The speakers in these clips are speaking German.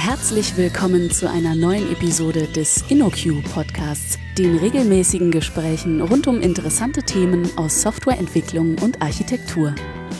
Herzlich willkommen zu einer neuen Episode des InnoQ Podcasts, den regelmäßigen Gesprächen rund um interessante Themen aus Softwareentwicklung und Architektur.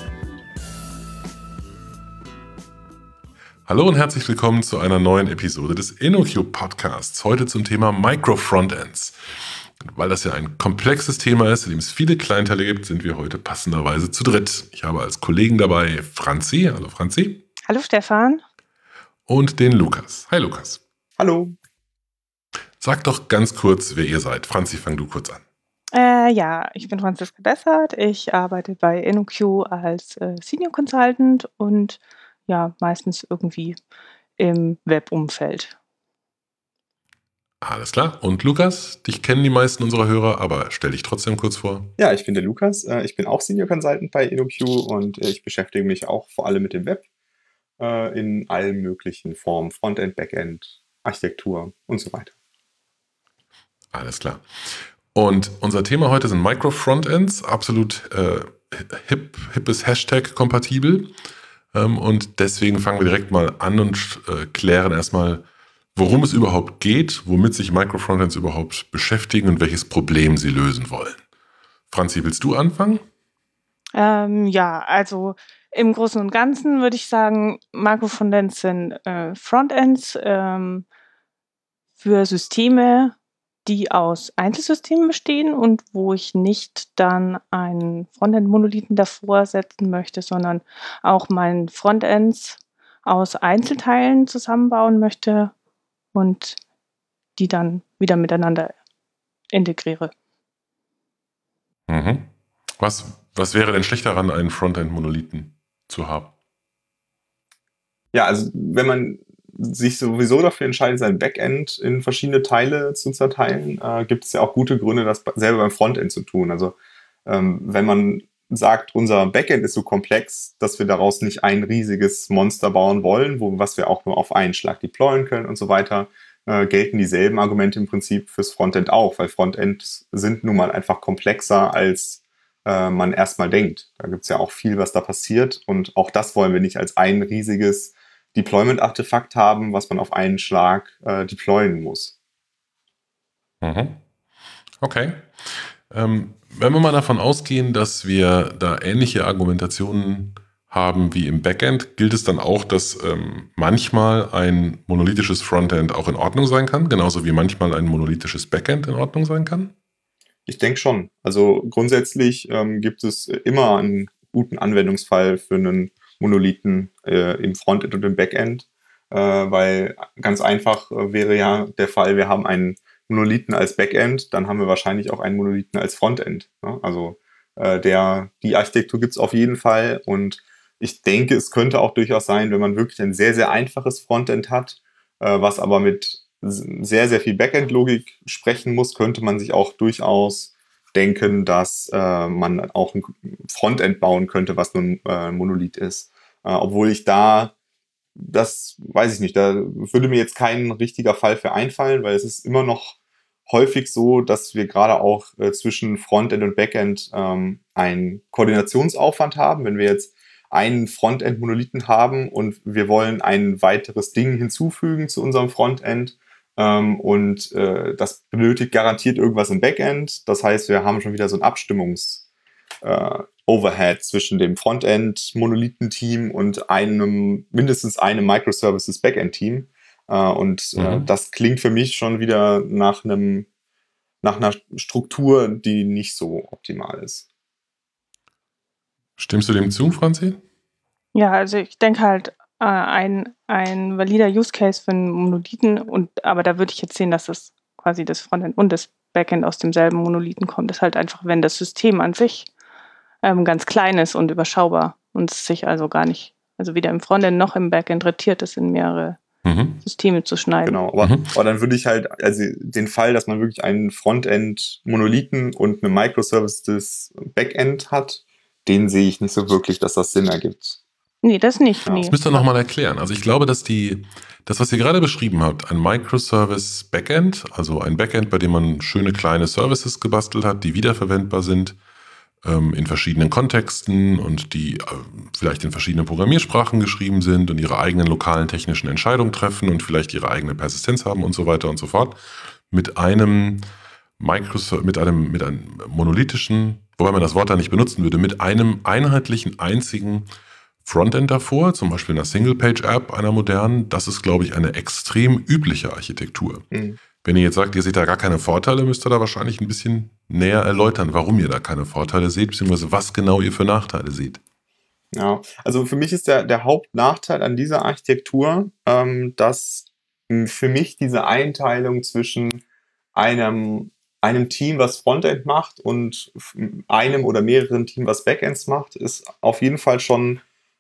Hallo und herzlich willkommen zu einer neuen Episode des InnoQ Podcasts. Heute zum Thema Micro-Frontends. Weil das ja ein komplexes Thema ist, in dem es viele Kleinteile gibt, sind wir heute passenderweise zu dritt. Ich habe als Kollegen dabei Franzi. Hallo Franzi. Hallo Stefan. Und den Lukas. Hi Lukas. Hallo. Sag doch ganz kurz, wer ihr seid. Franzi, fang du kurz an. Ich bin Franziska Dessert. Ich arbeite bei InnoQ als Senior Consultant und meistens irgendwie im Webumfeld. Alles klar. Und Lukas, dich kennen die meisten unserer Hörer, aber stell dich trotzdem kurz vor. Ja, ich bin der Lukas. Ich bin auch Senior Consultant bei InnoQ und ich beschäftige mich auch vor allem mit dem Web in allen möglichen Formen. Frontend, Backend, Architektur und so weiter. Alles klar. Und unser Thema heute sind Micro-Frontends, absolut hippes Hashtag kompatibel. Und deswegen fangen wir direkt mal an und klären erstmal, worum es überhaupt geht, womit sich Micro-Frontends überhaupt beschäftigen und welches Problem sie lösen wollen. Franzi, willst du anfangen? Also im Großen und Ganzen würde ich sagen, Micro-Frontends sind Frontends für Systeme, die aus Einzelsystemen bestehen und wo ich nicht dann einen Frontend-Monolithen davor setzen möchte, sondern auch mein Frontends aus Einzelteilen zusammenbauen möchte und die dann wieder miteinander integriere. Mhm. Was wäre denn schlecht daran, einen Frontend-Monolithen zu haben? Ja, also wenn man sich sowieso dafür entscheidet, sein Backend in verschiedene Teile zu zerteilen, gibt es ja auch gute Gründe, das selber beim Frontend zu tun. Also wenn man sagt, unser Backend ist so komplex, dass wir daraus nicht ein riesiges Monster bauen wollen, was wir auch nur auf einen Schlag deployen können und so weiter, gelten dieselben Argumente im Prinzip fürs Frontend auch, weil Frontends sind nun mal einfach komplexer, als man erstmal denkt. Da gibt es ja auch viel, was da passiert und auch das wollen wir nicht als ein riesiges Deployment-Artefakt haben, was man auf einen Schlag deployen muss. Mhm. Okay. Wenn wir mal davon ausgehen, dass wir da ähnliche Argumentationen haben wie im Backend, gilt es dann auch, dass manchmal ein monolithisches Frontend auch in Ordnung sein kann, genauso wie manchmal ein monolithisches Backend in Ordnung sein kann? Ich denke schon. Also grundsätzlich gibt es immer einen guten Anwendungsfall für einen Monolithen im Frontend und im Backend, weil ganz einfach wäre ja der Fall, wir haben einen Monolithen als Backend, dann haben wir wahrscheinlich auch einen Monolithen als Frontend. Ne? Also die Architektur gibt es auf jeden Fall und ich denke, es könnte auch durchaus sein, wenn man wirklich ein sehr, sehr einfaches Frontend hat, was aber mit sehr, sehr viel Backend-Logik sprechen muss, könnte man sich auch durchaus denken, dass man auch ein Frontend bauen könnte, was nur ein Monolith ist. Obwohl das weiß ich nicht, da würde mir jetzt kein richtiger Fall für einfallen, weil es ist immer noch häufig so, dass wir gerade auch zwischen Frontend und Backend einen Koordinationsaufwand haben. Wenn wir jetzt einen Frontend-Monolithen haben und wir wollen ein weiteres Ding hinzufügen zu unserem Frontend, das benötigt garantiert irgendwas im Backend. Das heißt, wir haben schon wieder so ein Overhead zwischen dem Frontend-Monolithen-Team und mindestens einem Microservices-Backend-Team. Das klingt für mich schon wieder nach einer Struktur, die nicht so optimal ist. Stimmst du dem zu, Franzi? Ja, also ich denke halt, ein valider Use Case für einen Monolithen, aber da würde ich jetzt sehen, dass das quasi das Frontend und das Backend aus demselben Monolithen kommt, ist halt einfach, wenn das System an sich ganz klein ist und überschaubar und es sich also gar nicht, also weder im Frontend noch im Backend rentiert ist, in mehrere Systeme zu schneiden. Genau, aber dann würde ich halt, also den Fall, dass man wirklich einen Frontend-Monolithen und eine Microservices Backend hat, den sehe ich nicht so wirklich, dass das Sinn ergibt. Nee, das nicht. Ja, das müsst ihr nochmal erklären. Also ich glaube, dass das, was ihr gerade beschrieben habt, ein Microservice Backend, also ein Backend, bei dem man schöne kleine Services gebastelt hat, die wiederverwendbar sind, in verschiedenen Kontexten und die vielleicht in verschiedenen Programmiersprachen geschrieben sind und ihre eigenen lokalen technischen Entscheidungen treffen und vielleicht ihre eigene Persistenz haben und so weiter und so fort, mit einem monolithischen, wobei man das Wort da nicht benutzen würde, mit einem einheitlichen, einzigen Frontend davor, zum Beispiel einer Single-Page-App, einer modernen. Das ist, glaube ich, eine extrem übliche Architektur. Mhm. Wenn ihr jetzt sagt, ihr seht da gar keine Vorteile, müsst ihr da wahrscheinlich ein bisschen näher erläutern, warum ihr da keine Vorteile seht, beziehungsweise was genau ihr für Nachteile seht. Ja, also für mich ist der Hauptnachteil an dieser Architektur, dass für mich diese Einteilung zwischen einem Team, was Frontend macht und einem oder mehreren Teams, was Backends macht, ist auf jeden Fall schon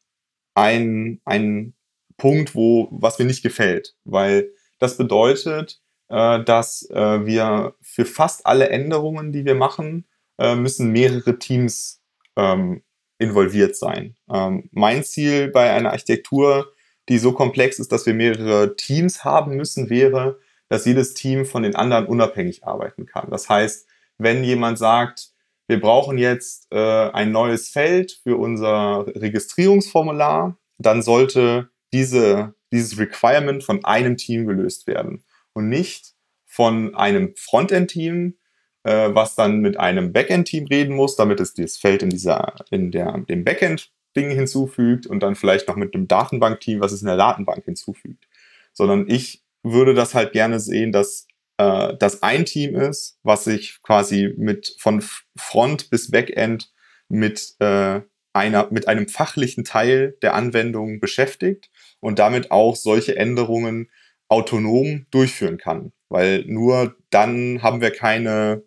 ein Punkt, was mir nicht gefällt. Weil das bedeutet, dass wir für fast alle Änderungen, die wir machen, müssen mehrere Teams involviert sein. Mein Ziel bei einer Architektur, die so komplex ist, dass wir mehrere Teams haben müssen, wäre, dass jedes Team von den anderen unabhängig arbeiten kann. Das heißt, wenn jemand sagt, wir brauchen jetzt ein neues Feld für unser Registrierungsformular, dann sollte dieses Requirement von einem Team gelöst werden und nicht von einem Frontend-Team, was dann mit einem Backend-Team reden muss, damit es dieses Feld dem Backend-Ding hinzufügt und dann vielleicht noch mit einem Datenbank-Team, was es in der Datenbank hinzufügt. Sondern ich würde das halt gerne sehen, dass das ein Team ist, was sich quasi von Front bis Backend mit einem fachlichen Teil der Anwendung beschäftigt und damit auch solche Änderungen autonom durchführen kann. Weil nur dann haben wir keine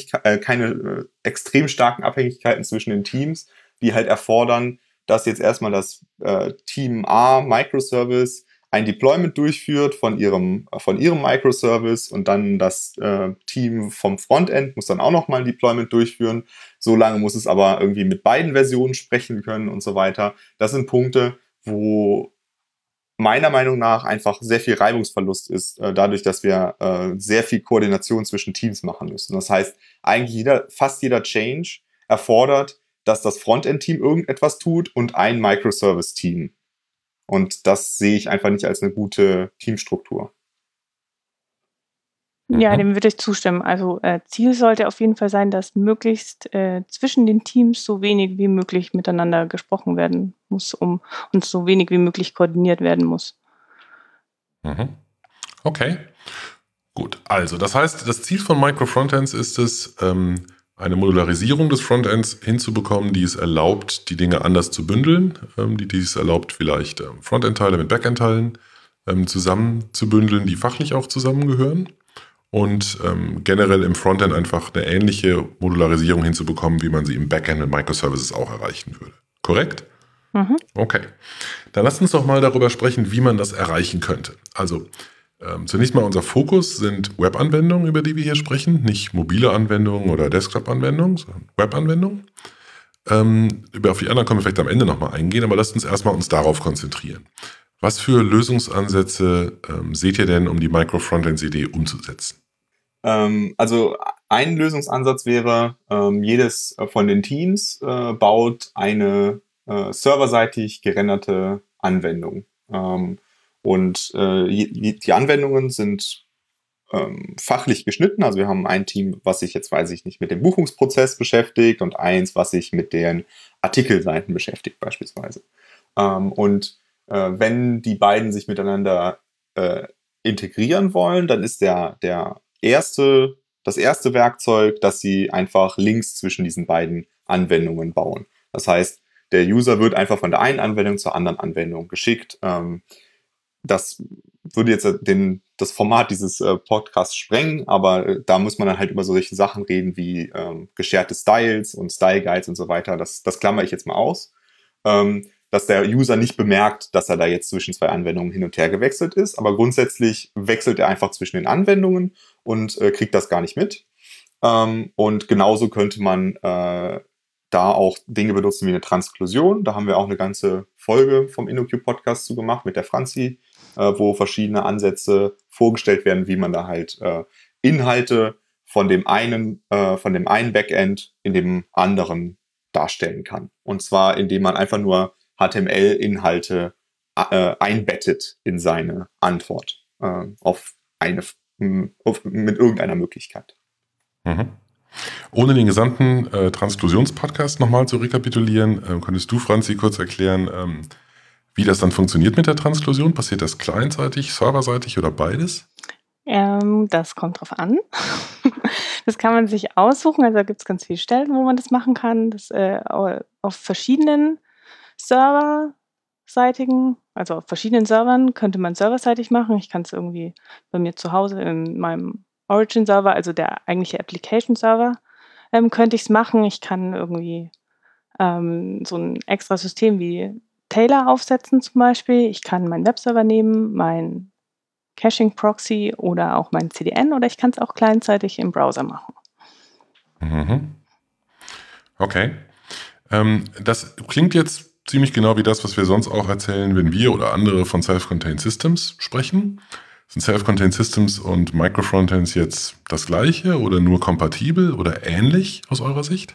extrem starken Abhängigkeiten zwischen den Teams, die halt erfordern, dass jetzt erstmal das Team A Microservice ein Deployment durchführt von ihrem Microservice und dann das Team vom Frontend muss dann auch nochmal ein Deployment durchführen. So lange muss es aber irgendwie mit beiden Versionen sprechen können und so weiter. Das sind Punkte, wo meiner Meinung nach einfach sehr viel Reibungsverlust ist, dadurch, dass wir sehr viel Koordination zwischen Teams machen müssen. Das heißt, eigentlich fast jeder Change erfordert, dass das Frontend-Team irgendetwas tut und ein Microservice-Team. Und das sehe ich einfach nicht als eine gute Teamstruktur. Ja, dem würde ich zustimmen. Also Ziel sollte auf jeden Fall sein, dass möglichst zwischen den Teams so wenig wie möglich miteinander gesprochen werden muss und so wenig wie möglich koordiniert werden muss. Okay, gut. Also das heißt, das Ziel von Micro-Frontends ist es, eine Modularisierung des Frontends hinzubekommen, die es erlaubt, die Dinge anders zu bündeln, die es erlaubt, vielleicht Frontend-Teile mit Backend-Teilen zusammenzubündeln, die fachlich auch zusammengehören und generell im Frontend einfach eine ähnliche Modularisierung hinzubekommen, wie man sie im Backend mit Microservices auch erreichen würde. Korrekt? Mhm. Okay. Dann lasst uns doch mal darüber sprechen, wie man das erreichen könnte. Also zunächst mal unser Fokus sind Web-Anwendungen, über die wir hier sprechen, nicht mobile Anwendungen oder Desktop-Anwendungen, sondern Web-Anwendungen. Auf die anderen können wir vielleicht am Ende nochmal eingehen, aber lasst uns erstmal uns darauf konzentrieren. Was für Lösungsansätze seht ihr denn, um die Micro-Frontends-Idee umzusetzen? Also ein Lösungsansatz wäre, jedes von den Teams baut eine serverseitig gerenderte Anwendung. Und die Anwendungen sind fachlich geschnitten. Also wir haben ein Team, was sich jetzt, weiß ich nicht, mit dem Buchungsprozess beschäftigt und eins, was sich mit den Artikelseiten beschäftigt beispielsweise. Wenn die beiden sich miteinander integrieren wollen, dann ist das erste Werkzeug, dass sie einfach Links zwischen diesen beiden Anwendungen bauen. Das heißt, der User wird einfach von der einen Anwendung zur anderen Anwendung geschickt. Das würde jetzt das Format dieses Podcasts sprengen, aber da muss man dann halt über solche Sachen reden wie gescherte Styles und Style Guides und so weiter. Das klammere ich jetzt mal aus. Dass der User nicht bemerkt, dass er da jetzt zwischen zwei Anwendungen hin und her gewechselt ist, aber grundsätzlich wechselt er einfach zwischen den Anwendungen und kriegt das gar nicht mit. Und genauso könnte man da auch Dinge benutzen wie eine Transklusion. Da haben wir auch eine ganze Folge vom InnoQ-Podcast zu gemacht mit der Franzi, wo verschiedene Ansätze vorgestellt werden, wie man da halt Inhalte von dem einen Backend in dem anderen darstellen kann. Und zwar, indem man einfach nur HTML-Inhalte einbettet in seine Antwort mit irgendeiner Möglichkeit. Mhm. Ohne den gesamten Transklusions-Podcast nochmal zu rekapitulieren, könntest du, Franzi, kurz erklären, wie das dann funktioniert mit der Transklusion? Passiert das clientseitig, serverseitig oder beides? Das kommt drauf an. Das kann man sich aussuchen. Also da gibt es ganz viele Stellen, wo man das machen kann. Das auf verschiedenen serverseitigen, also auf verschiedenen Servern könnte man serverseitig machen. Ich kann es irgendwie bei mir zu Hause in meinem Origin-Server, also der eigentliche Application-Server, könnte ich es machen. Ich kann irgendwie so ein extra System wie Taylor aufsetzen zum Beispiel. Ich kann meinen Webserver nehmen, mein Caching-Proxy oder auch mein CDN, oder ich kann es auch clientseitig im Browser machen. Mhm. Okay. Das klingt jetzt ziemlich genau wie das, was wir sonst auch erzählen, wenn wir oder andere von Self-Contained Systems sprechen. Sind Self-Contained Systems und Micro-Frontends jetzt das Gleiche oder nur kompatibel oder ähnlich aus eurer Sicht?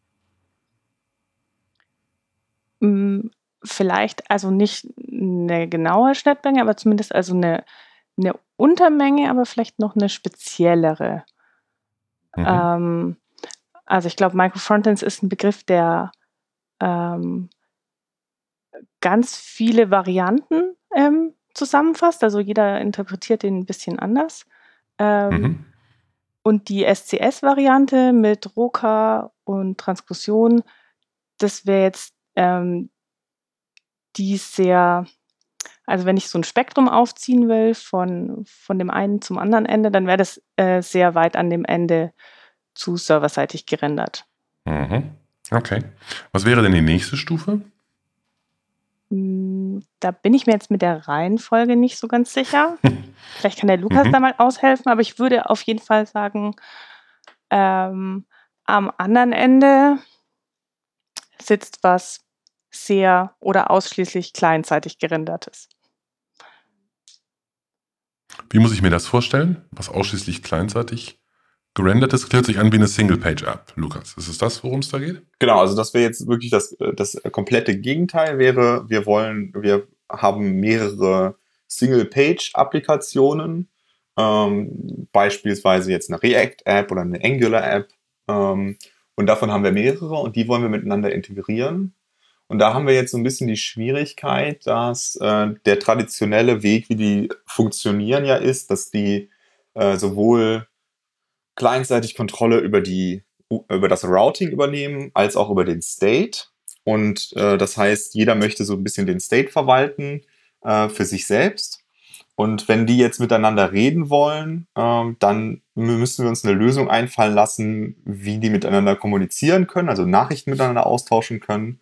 Vielleicht also nicht eine genaue Schnittmenge, aber zumindest also eine Untermenge, aber vielleicht noch eine speziellere. Mhm. Also ich glaube, Micro-Frontends ist ein Begriff, der ganz viele Varianten zusammenfasst. Also jeder interpretiert den ein bisschen anders. Und die SCS-Variante mit Roka und Transklusion, das wäre jetzt die sehr, also wenn ich so ein Spektrum aufziehen will von dem einen zum anderen Ende, dann wäre das sehr weit an dem Ende zu serverseitig gerendert. Mhm. Okay. Was wäre denn die nächste Stufe? Da bin ich mir jetzt mit der Reihenfolge nicht so ganz sicher. Vielleicht kann der Lukas da mal aushelfen, aber ich würde auf jeden Fall sagen, am anderen Ende sitzt was sehr oder ausschließlich clientseitig gerendertes. Wie muss ich mir das vorstellen? Was ausschließlich clientseitig gerendert ist, hört sich an wie eine Single-Page-App, Lukas. Ist es das, worum es da geht? Genau, also das wäre jetzt wirklich das komplette Gegenteil wäre, wir haben mehrere Single-Page-Applikationen, beispielsweise jetzt eine React-App oder eine Angular-App, und davon haben wir mehrere und die wollen wir miteinander integrieren. Und da haben wir jetzt so ein bisschen die Schwierigkeit, dass der traditionelle Weg, wie die funktionieren, ja ist, dass die sowohl clientseitig Kontrolle über das Routing übernehmen, als auch über den State. Und das heißt, jeder möchte so ein bisschen den State verwalten für sich selbst. Und wenn die jetzt miteinander reden wollen, dann müssen wir uns eine Lösung einfallen lassen, wie die miteinander kommunizieren können, also Nachrichten miteinander austauschen können.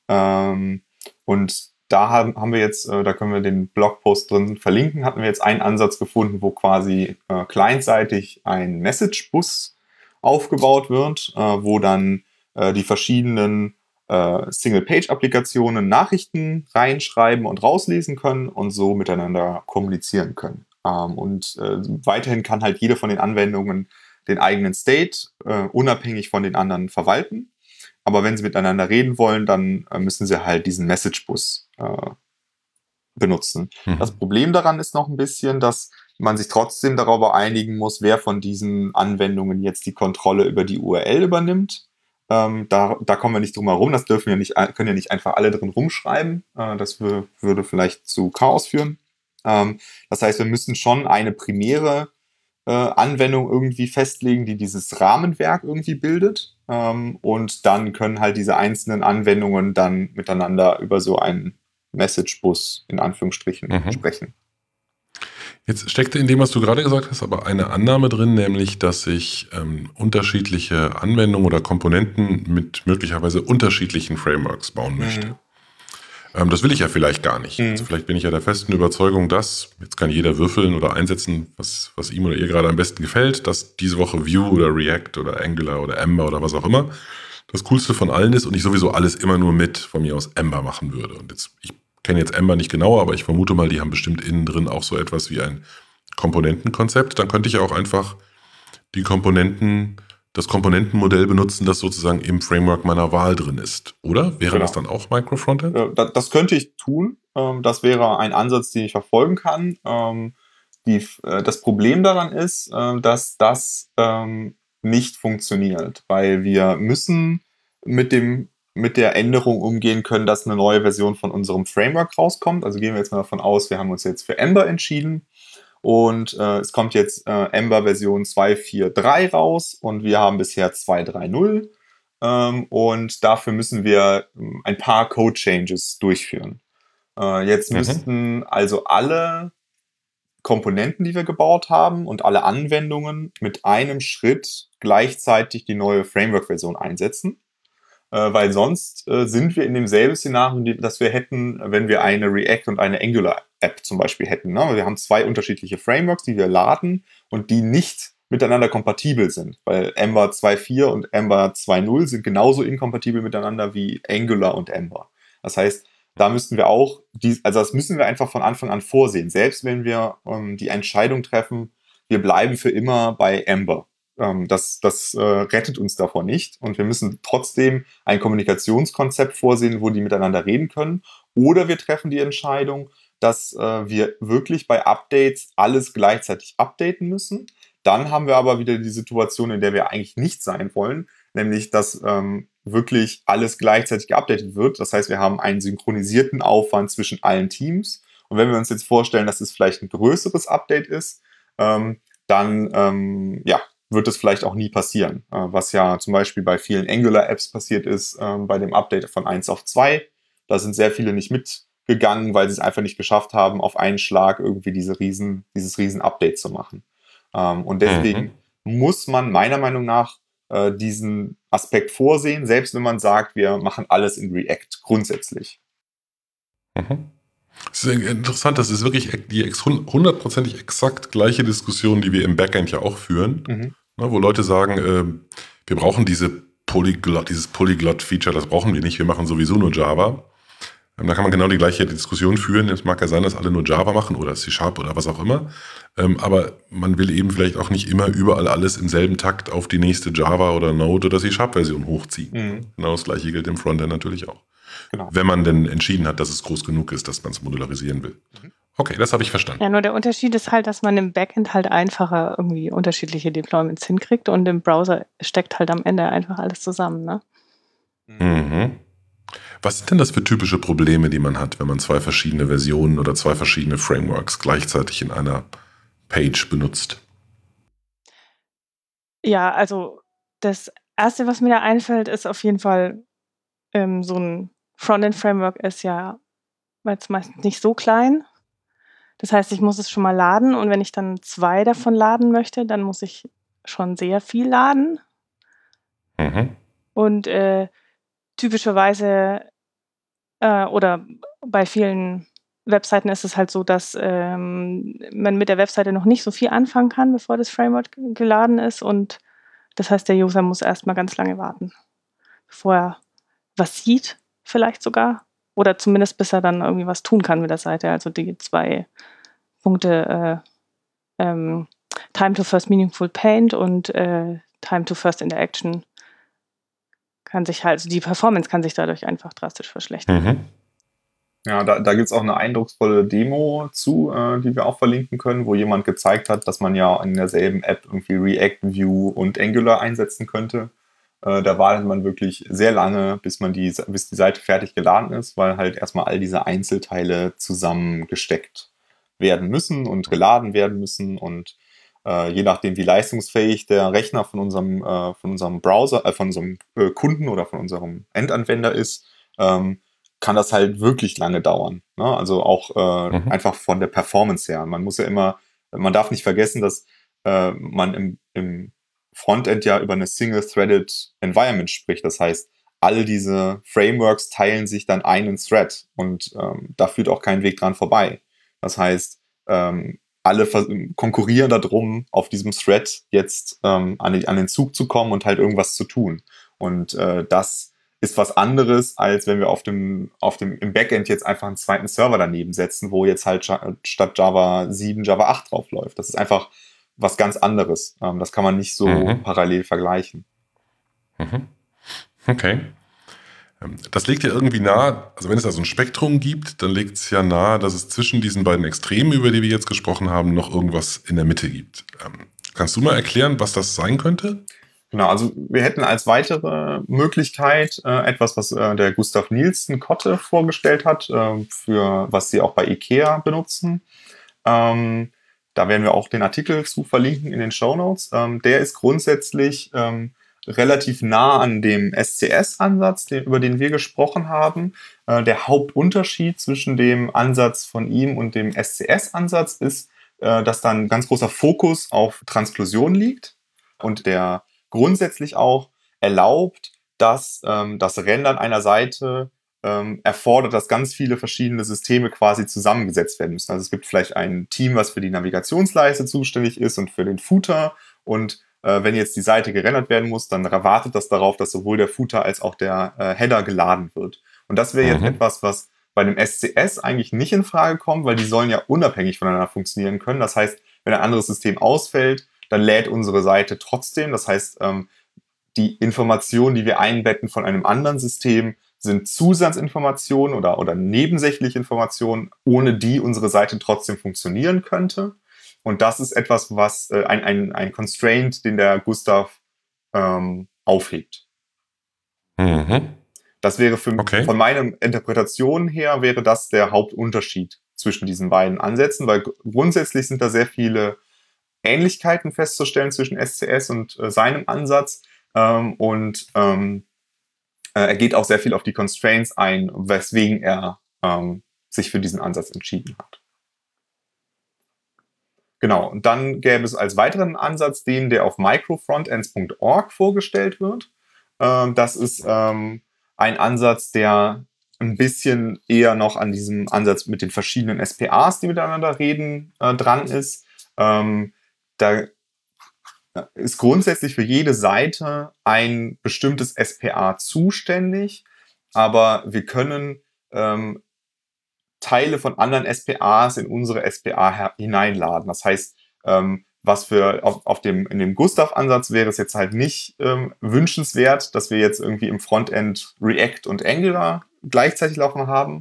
Und da haben wir jetzt, da können wir den Blogpost drin verlinken, hatten wir jetzt einen Ansatz gefunden, wo quasi clientseitig ein Message-Bus aufgebaut wird, wo dann die verschiedenen Single-Page-Applikationen Nachrichten reinschreiben und rauslesen können und so miteinander kommunizieren können. Weiterhin kann halt jede von den Anwendungen den eigenen State unabhängig von den anderen verwalten. Aber wenn sie miteinander reden wollen, dann müssen sie halt diesen Message-Bus benutzen. Das Problem daran ist noch ein bisschen, dass man sich trotzdem darüber einigen muss, wer von diesen Anwendungen jetzt die Kontrolle über die URL übernimmt. Da kommen wir nicht drum herum. Das können ja nicht einfach alle drin rumschreiben. Das würde vielleicht zu Chaos führen. Das heißt, wir müssen schon eine primäre Anwendung irgendwie festlegen, die dieses Rahmenwerk irgendwie bildet. Und dann können halt diese einzelnen Anwendungen dann miteinander über so einen Message-Bus in Anführungsstrichen sprechen. Jetzt steckte in dem, was du gerade gesagt hast, aber eine Annahme drin, nämlich, dass ich unterschiedliche Anwendungen oder Komponenten mit möglicherweise unterschiedlichen Frameworks bauen möchte. Das will ich ja vielleicht gar nicht. Also vielleicht bin ich ja der festen Überzeugung, dass, jetzt kann jeder würfeln oder einsetzen, was ihm oder ihr gerade am besten gefällt, dass diese Woche Vue oder React oder Angular oder Ember oder was auch immer das Coolste von allen ist und ich sowieso alles immer nur mit von mir aus Ember machen würde. Und ich kenne jetzt Ember nicht genauer, aber ich vermute mal, die haben bestimmt innen drin auch so etwas wie ein Komponentenkonzept. Dann könnte ich ja auch einfach die Komponenten das Komponentenmodell benutzen, das sozusagen im Framework meiner Wahl drin ist, oder? Wäre das dann auch Micro-Frontend? Das könnte ich tun. Das wäre ein Ansatz, den ich verfolgen kann. Das Problem daran ist, dass das nicht funktioniert, weil wir müssen mit der Änderung umgehen können, dass eine neue Version von unserem Framework rauskommt. Also gehen wir jetzt mal davon aus, wir haben uns jetzt für Ember entschieden und es kommt jetzt Ember Version 2.4.3 raus und wir haben bisher 2.3.0 und dafür müssen wir ein paar Code-Changes durchführen. Jetzt müssten also alle Komponenten, die wir gebaut haben und alle Anwendungen mit einem Schritt gleichzeitig die neue Framework-Version einsetzen. Weil sonst sind wir in demselben Szenario, das wir hätten, wenn wir eine React und eine Angular-App zum Beispiel hätten. Ne? Wir haben zwei unterschiedliche Frameworks, die wir laden und die nicht miteinander kompatibel sind. Weil Ember 2.4 und Ember 2.0 sind genauso inkompatibel miteinander wie Angular und Ember. Das heißt, da müssten wir auch, das müssen wir einfach von Anfang an vorsehen. Selbst wenn wir die Entscheidung treffen, wir bleiben für immer bei Ember. Das rettet uns davor nicht. Und wir müssen trotzdem ein Kommunikationskonzept vorsehen, wo die miteinander reden können. Oder wir treffen die Entscheidung, dass wir wirklich bei Updates alles gleichzeitig updaten müssen. Dann haben wir aber wieder die Situation, in der wir eigentlich nicht sein wollen, nämlich dass wirklich alles gleichzeitig geupdatet wird. Das heißt, wir haben einen synchronisierten Aufwand zwischen allen Teams. Und wenn wir uns jetzt vorstellen, dass es vielleicht ein größeres Update ist, dann wird es vielleicht auch nie passieren. Was ja zum Beispiel bei vielen Angular-Apps passiert ist, bei dem Update von 1 auf 2. Da sind sehr viele nicht mitgegangen, weil sie es einfach nicht geschafft haben, auf einen Schlag irgendwie dieses riesen Update zu machen. Und deswegen muss man meiner Meinung nach diesen Aspekt vorsehen, selbst wenn man sagt, wir machen alles in React grundsätzlich. Das ist interessant, das ist wirklich die 100%ig exakt gleiche Diskussion, die wir im Backend ja auch führen, wo Leute sagen, wir brauchen dieses Polyglot-Feature, das brauchen wir nicht, wir machen sowieso nur Java. Da kann man genau die gleiche Diskussion führen. Es mag ja sein, dass alle nur Java machen oder C# oder was auch immer. Aber man will eben vielleicht auch nicht immer überall alles im selben Takt auf die nächste Java oder Node oder C#-Version hochziehen. Genau das gleiche gilt im Frontend natürlich auch. Genau. Wenn man denn entschieden hat, dass es groß genug ist, dass man es modularisieren will. Okay, das habe ich verstanden. Ja, nur der Unterschied ist halt, dass man im Backend halt einfacher irgendwie unterschiedliche Deployments hinkriegt und im Browser steckt halt am Ende einfach alles zusammen, ne? Was sind denn das für typische Probleme, die man hat, wenn man zwei verschiedene Versionen oder zwei verschiedene Frameworks gleichzeitig in einer Page benutzt? Ja, also das Erste, was mir da einfällt, ist auf jeden Fall so ein Frontend-Framework ist ja jetzt meistens nicht so klein. Das heißt, ich muss es schon mal laden und wenn ich dann 2 davon laden möchte, dann muss ich schon sehr viel laden. Und typischerweise oder bei vielen Webseiten ist es halt so, dass man mit der Webseite noch nicht so viel anfangen kann, bevor das Framework geladen ist. Und das heißt, der User muss erstmal ganz lange warten, bevor er was sieht, vielleicht sogar. Oder zumindest bis er dann irgendwie was tun kann mit der Seite. Also die 2 Punkte Time to First Meaningful Paint und Time to First Interaction die Performance kann sich dadurch einfach drastisch verschlechtern. Ja, da gibt es auch eine eindrucksvolle Demo zu, die wir auch verlinken können, wo jemand gezeigt hat, dass man ja in derselben App irgendwie React, Vue und Angular einsetzen könnte. Da wartet man wirklich sehr lange, bis die Seite fertig geladen ist, weil halt erstmal all diese Einzelteile zusammengesteckt werden müssen und geladen werden müssen und je nachdem, wie leistungsfähig der Rechner von unserem Browser, von unserem Kunden oder von unserem Endanwender ist, kann das halt wirklich lange dauern. Ne? Also auch einfach von der Performance her. Man darf nicht vergessen, dass man im Frontend ja über eine Single-Threaded Environment spricht. Das heißt, alle diese Frameworks teilen sich dann einen Thread und da führt auch kein Weg dran vorbei. Das heißt, alle konkurrieren darum, auf diesem Thread jetzt an den Zug zu kommen und halt irgendwas zu tun. Und das ist was anderes, als wenn wir im Backend jetzt einfach einen zweiten Server daneben setzen, wo jetzt halt statt Java 7 Java 8 drauf läuft. Das ist einfach was ganz anderes. Das kann man nicht so parallel vergleichen. Okay. Das legt ja irgendwie nahe, also wenn es da so ein Spektrum gibt, dann legt es ja nahe, dass es zwischen diesen beiden Extremen, über die wir jetzt gesprochen haben, noch irgendwas in der Mitte gibt. Kannst du mal erklären, was das sein könnte? Genau, also wir hätten als weitere Möglichkeit etwas, was der Gustav Nielsen Kotte vorgestellt hat, für was sie auch bei IKEA benutzen. Da werden wir auch den Artikel zu verlinken in den Shownotes. Der ist grundsätzlich relativ nah an dem SCS-Ansatz, über den wir gesprochen haben. Der Hauptunterschied zwischen dem Ansatz von ihm und dem SCS-Ansatz ist, dass da ein ganz großer Fokus auf Transklusion liegt und der grundsätzlich auch erlaubt, dass das Rendern einer Seite erfordert, dass ganz viele verschiedene Systeme quasi zusammengesetzt werden müssen. Also es gibt vielleicht ein Team, was für die Navigationsleiste zuständig ist und für den Footer. Und wenn jetzt die Seite gerendert werden muss, dann wartet das darauf, dass sowohl der Footer als auch der Header geladen wird. Und das wäre jetzt etwas, was bei dem SCS eigentlich nicht in Frage kommt, weil die sollen ja unabhängig voneinander funktionieren können. Das heißt, wenn ein anderes System ausfällt, dann lädt unsere Seite trotzdem. Das heißt, die Informationen, die wir einbetten von einem anderen System, sind Zusatzinformationen oder nebensächliche Informationen, ohne die unsere Seite trotzdem funktionieren könnte. Und das ist etwas, was ein Constraint, den der Gustav aufhebt. Das wäre von meiner Interpretation her, wäre das der Hauptunterschied zwischen diesen beiden Ansätzen, weil grundsätzlich sind da sehr viele Ähnlichkeiten festzustellen zwischen SCS und seinem Ansatz. Er geht auch sehr viel auf die Constraints ein, weswegen er sich für diesen Ansatz entschieden hat. Genau, und dann gäbe es als weiteren Ansatz den, der auf microfrontends.org vorgestellt wird. Das ist ein Ansatz, der ein bisschen eher noch an diesem Ansatz mit den verschiedenen SPAs, die miteinander reden, dran ist. Da ist grundsätzlich für jede Seite ein bestimmtes SPA zuständig, aber wir können Teile von anderen SPAs in unsere SPA hineinladen. Das heißt, was in dem Gustav-Ansatz wäre es jetzt halt nicht wünschenswert, dass wir jetzt irgendwie im Frontend React und Angular gleichzeitig laufen haben.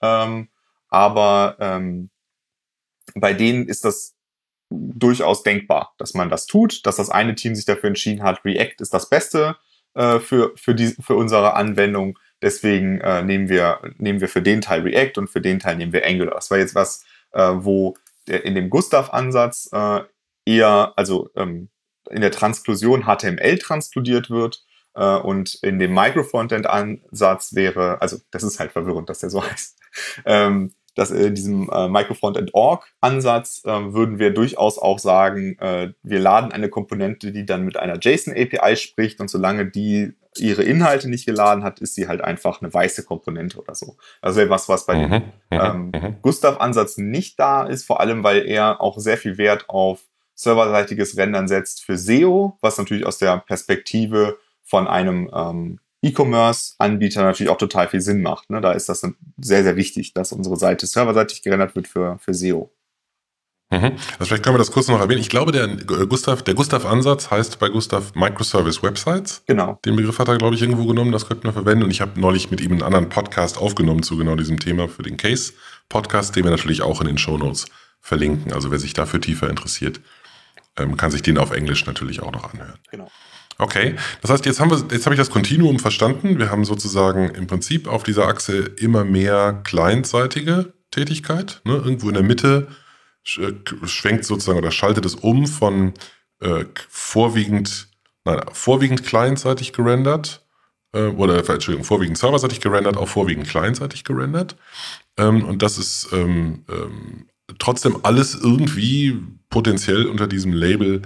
Aber bei denen ist das durchaus denkbar, dass man das tut, dass das eine Team sich dafür entschieden hat, React ist das Beste für unsere Anwendung. Deswegen nehmen wir für den Teil React und für den Teil nehmen wir Angular. Das war jetzt was, wo in dem Gustav-Ansatz eher, also in der Transklusion HTML transkludiert wird und in dem Microfrontend-Ansatz wäre, also das ist halt verwirrend, dass der so heißt, dass in diesem Microfrontend.org-Ansatz würden wir durchaus auch sagen, wir laden eine Komponente, die dann mit einer JSON-API spricht und solange die ihre Inhalte nicht geladen hat, ist sie halt einfach eine weiße Komponente oder so. Also was bei dem Gustav-Ansatz nicht da ist, vor allem, weil er auch sehr viel Wert auf serverseitiges Rendern setzt für SEO, was natürlich aus der Perspektive von einem E-Commerce-Anbieter natürlich auch total viel Sinn macht. Ne? Da ist das sehr, sehr wichtig, dass unsere Seite serverseitig gerendert wird für SEO. Also vielleicht können wir das kurz noch erwähnen. Ich glaube, der Gustav-Ansatz heißt bei Gustav Microservice Websites. Genau. Den Begriff hat er, glaube ich, irgendwo genommen. Das könnten wir verwenden. Und ich habe neulich mit ihm einen anderen Podcast aufgenommen zu genau diesem Thema für den Case-Podcast, den wir natürlich auch in den Shownotes verlinken. Also wer sich dafür tiefer interessiert, kann sich den auf Englisch natürlich auch noch anhören. Genau. Okay, das heißt, jetzt habe ich das Kontinuum verstanden. Wir haben sozusagen im Prinzip auf dieser Achse immer mehr clientseitige Tätigkeit. Ne? Irgendwo in der Mitte schwenkt sozusagen oder schaltet es um von vorwiegend clientseitig gerendert vorwiegend serverseitig gerendert auf vorwiegend clientseitig gerendert. Und das ist trotzdem alles irgendwie potenziell unter diesem Label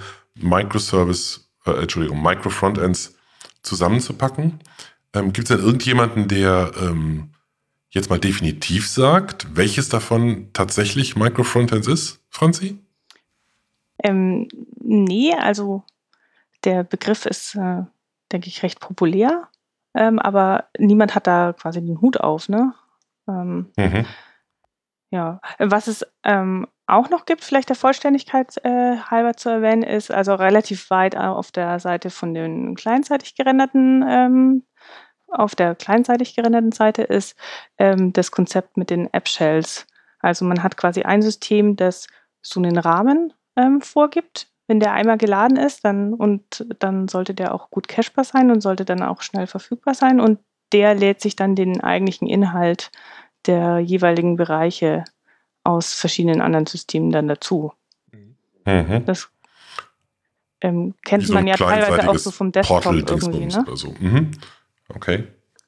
Microfrontends zusammenzupacken. Gibt es denn irgendjemanden, der jetzt mal definitiv sagt, welches davon tatsächlich Microfrontends ist, Franzi? Nee, also der Begriff ist, denke ich, recht populär, aber niemand hat da quasi den Hut auf, ne? Ja, was es auch noch gibt, vielleicht der Vollständigkeit halber zu erwähnen, ist also relativ weit auf der Seite von den clientseitig gerenderten, auf der clientseitig gerenderten Seite ist das Konzept mit den App-Shells. Also man hat quasi ein System, das so einen Rahmen vorgibt. Wenn der einmal geladen ist, dann sollte der auch gut cachebar sein und sollte dann auch schnell verfügbar sein. Und der lädt sich dann den eigentlichen Inhalt der jeweiligen Bereiche aus verschiedenen anderen Systemen dann dazu. Mhm. Das Wie kennt so man ein ja teilweise auch so vom Desktop irgendwie. Portal-Dingsbums Ne? oder so. Mhm. Okay.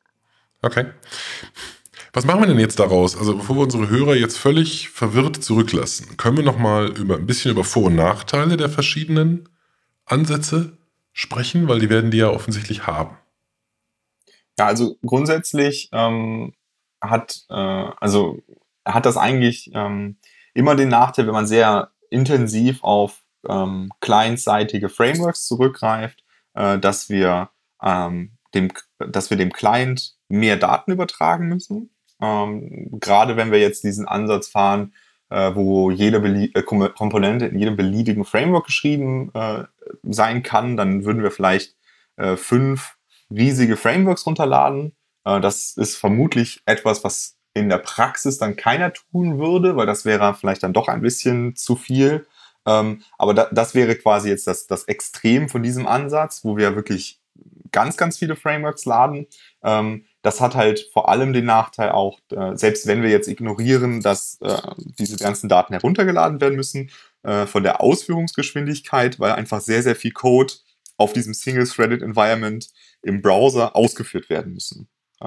Was machen wir denn jetzt daraus? Also bevor wir unsere Hörer jetzt völlig verwirrt zurücklassen, können wir noch mal ein bisschen über Vor- und Nachteile der verschiedenen Ansätze sprechen, weil die werden die ja offensichtlich haben. Ja, also grundsätzlich hat das eigentlich immer den Nachteil, wenn man sehr intensiv auf clientseitige Frameworks zurückgreift, dass wir dem Client mehr Daten übertragen müssen. Gerade wenn wir jetzt diesen Ansatz fahren, wo jede Komponente in jedem beliebigen Framework geschrieben sein kann, dann würden wir vielleicht 5 riesige Frameworks runterladen. Das ist vermutlich etwas, was in der Praxis dann keiner tun würde, weil das wäre vielleicht dann doch ein bisschen zu viel. Aber das wäre quasi jetzt das Extrem von diesem Ansatz, wo wir wirklich ganz, ganz viele Frameworks laden. Das hat halt vor allem den Nachteil auch, selbst wenn wir jetzt ignorieren, dass diese ganzen Daten heruntergeladen werden müssen, von der Ausführungsgeschwindigkeit, weil einfach sehr, sehr viel Code auf diesem Single-Threaded Environment im Browser ausgeführt werden müssen.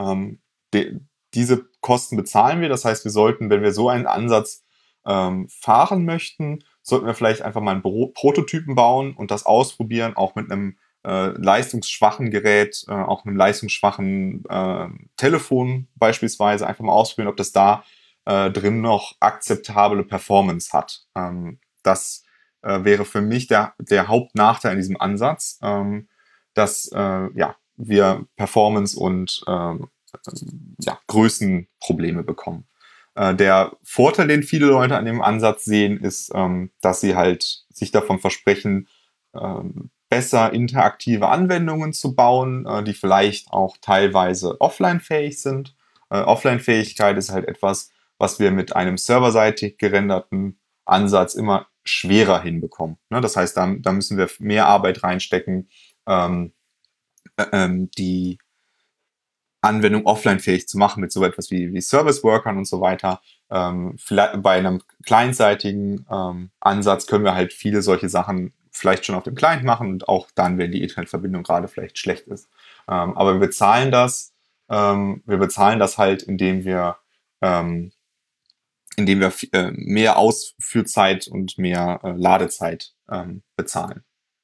Diese Kosten bezahlen wir. Das heißt, wir sollten, wenn wir so einen Ansatz fahren möchten, sollten wir vielleicht einfach mal einen Prototypen bauen und das ausprobieren, auch mit einem leistungsschwachen Gerät, auch einem leistungsschwachen Telefon beispielsweise, einfach mal ausprobieren, ob das da drin noch akzeptable Performance hat. Das wäre für mich der Hauptnachteil in diesem Ansatz, dass wir Performance und Größenprobleme bekommen. Der Vorteil, den viele Leute an dem Ansatz sehen, ist, dass sie halt sich davon versprechen, besser interaktive Anwendungen zu bauen, die vielleicht auch teilweise offline-fähig sind. Offline-Fähigkeit ist halt etwas, was wir mit einem serverseitig gerenderten Ansatz immer schwerer hinbekommen. Ne? Das heißt, da müssen wir mehr Arbeit reinstecken, die Anwendung offline-fähig zu machen mit so etwas wie Service-Workern und so weiter. Vielleicht bei einem clientseitigen Ansatz können wir halt viele solche Sachen vielleicht schon auf dem Client machen und auch dann, wenn die Internetverbindung gerade vielleicht schlecht ist. Aber wir bezahlen das halt, indem wir mehr Ausführzeit und mehr Ladezeit bezahlen.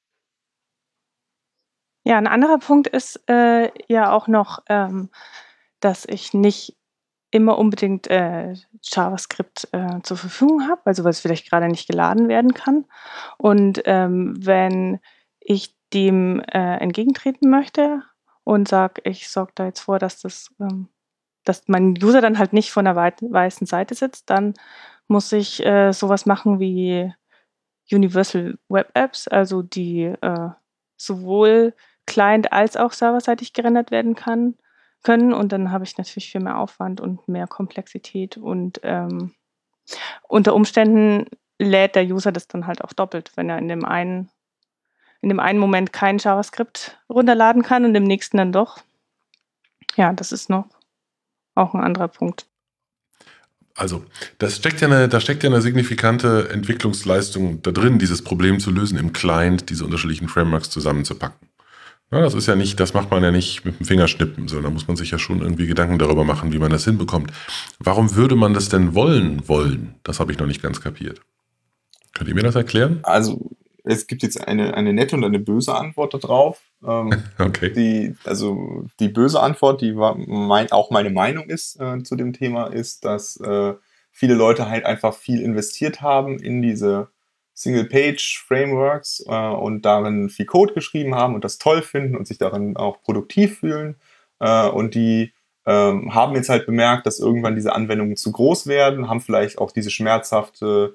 Ja, ein anderer Punkt ist ja auch noch, dass ich nicht immer unbedingt JavaScript zur Verfügung habe, also weil es vielleicht gerade nicht geladen werden kann. Und wenn ich dem entgegentreten möchte und sage, ich sorge da jetzt vor, dass mein User dann halt nicht von der weißen Seite sitzt, dann muss ich sowas machen wie Universal Web Apps, also die sowohl Client als auch serverseitig gerendert werden können. Und dann habe ich natürlich viel mehr Aufwand und mehr Komplexität und unter Umständen lädt der User das dann halt auch doppelt, wenn er in dem einen Moment kein JavaScript runterladen kann und im nächsten dann doch. Ja, das ist noch auch ein anderer Punkt. Also, da steckt ja eine signifikante Entwicklungsleistung da drin, dieses Problem zu lösen, im Client diese unterschiedlichen Frameworks zusammenzupacken. Ja, das macht man ja nicht mit dem Fingerschnippen, sondern da muss man sich ja schon irgendwie Gedanken darüber machen, wie man das hinbekommt. Warum würde man das denn wollen? Das habe ich noch nicht ganz kapiert. Könnt ihr mir das erklären? Also, es gibt jetzt eine nette und eine böse Antwort darauf. Okay. Die böse Antwort, die auch meine Meinung ist zu dem Thema, ist, dass viele Leute halt einfach viel investiert haben in diese Single-Page-Frameworks und darin viel Code geschrieben haben und das toll finden und sich darin auch produktiv fühlen. Und die haben jetzt halt bemerkt, dass irgendwann diese Anwendungen zu groß werden, haben vielleicht auch diese schmerzhafte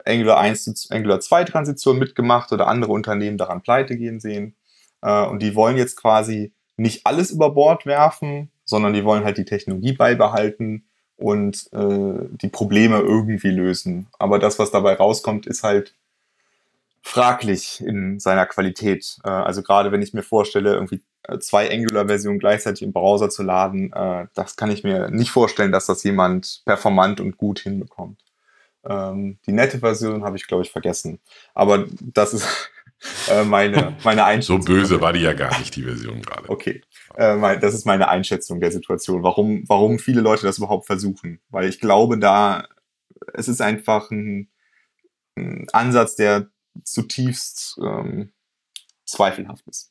Angular 1 zu Angular 2 Transition mitgemacht oder andere Unternehmen daran pleite gehen sehen. Und die wollen jetzt quasi nicht alles über Bord werfen, sondern die wollen halt die Technologie beibehalten und die Probleme irgendwie lösen. Aber das, was dabei rauskommt, ist halt fraglich in seiner Qualität. Also gerade wenn ich mir vorstelle, irgendwie 2 Angular-Versionen gleichzeitig im Browser zu laden, das kann ich mir nicht vorstellen, dass das jemand performant und gut hinbekommt. Die nette Version habe ich, glaube ich, vergessen. Aber das ist meine Einschätzung. So böse war die ja gar nicht, die Version gerade. Okay, das ist meine Einschätzung der Situation. Warum viele Leute das überhaupt versuchen? Weil ich glaube, es ist einfach ein Ansatz, der zutiefst zweifelhaft ist.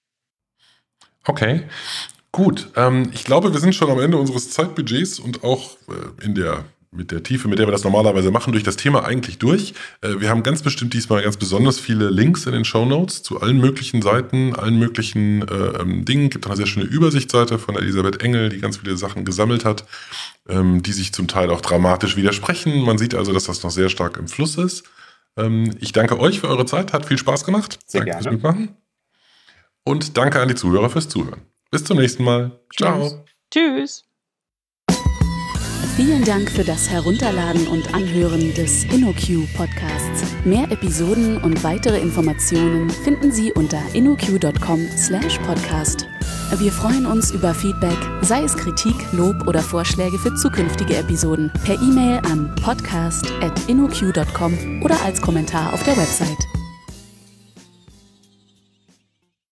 Okay, gut. Ich glaube, wir sind schon am Ende unseres Zeitbudgets und auch mit der Tiefe, mit der wir das normalerweise machen, durch das Thema eigentlich durch. Wir haben ganz bestimmt diesmal ganz besonders viele Links in den Shownotes zu allen möglichen Seiten, allen möglichen Dingen. Gibt auch eine sehr schöne Übersichtsseite von Elisabeth Engel, die ganz viele Sachen gesammelt hat, die sich zum Teil auch dramatisch widersprechen. Man sieht also, dass das noch sehr stark im Fluss ist. Ich danke euch für eure Zeit, hat viel Spaß gemacht. Sehr danke gerne. fürs Mitmachen. Und danke an die Zuhörer fürs Zuhören. Bis zum nächsten Mal. Ciao. Tschüss. Vielen Dank für das Herunterladen und Anhören des InnoQ-Podcasts. Mehr Episoden und weitere Informationen finden Sie unter innoq.com/podcast. Wir freuen uns über Feedback, sei es Kritik, Lob oder Vorschläge für zukünftige Episoden, per E-Mail an podcast@innoq.com oder als Kommentar auf der Website.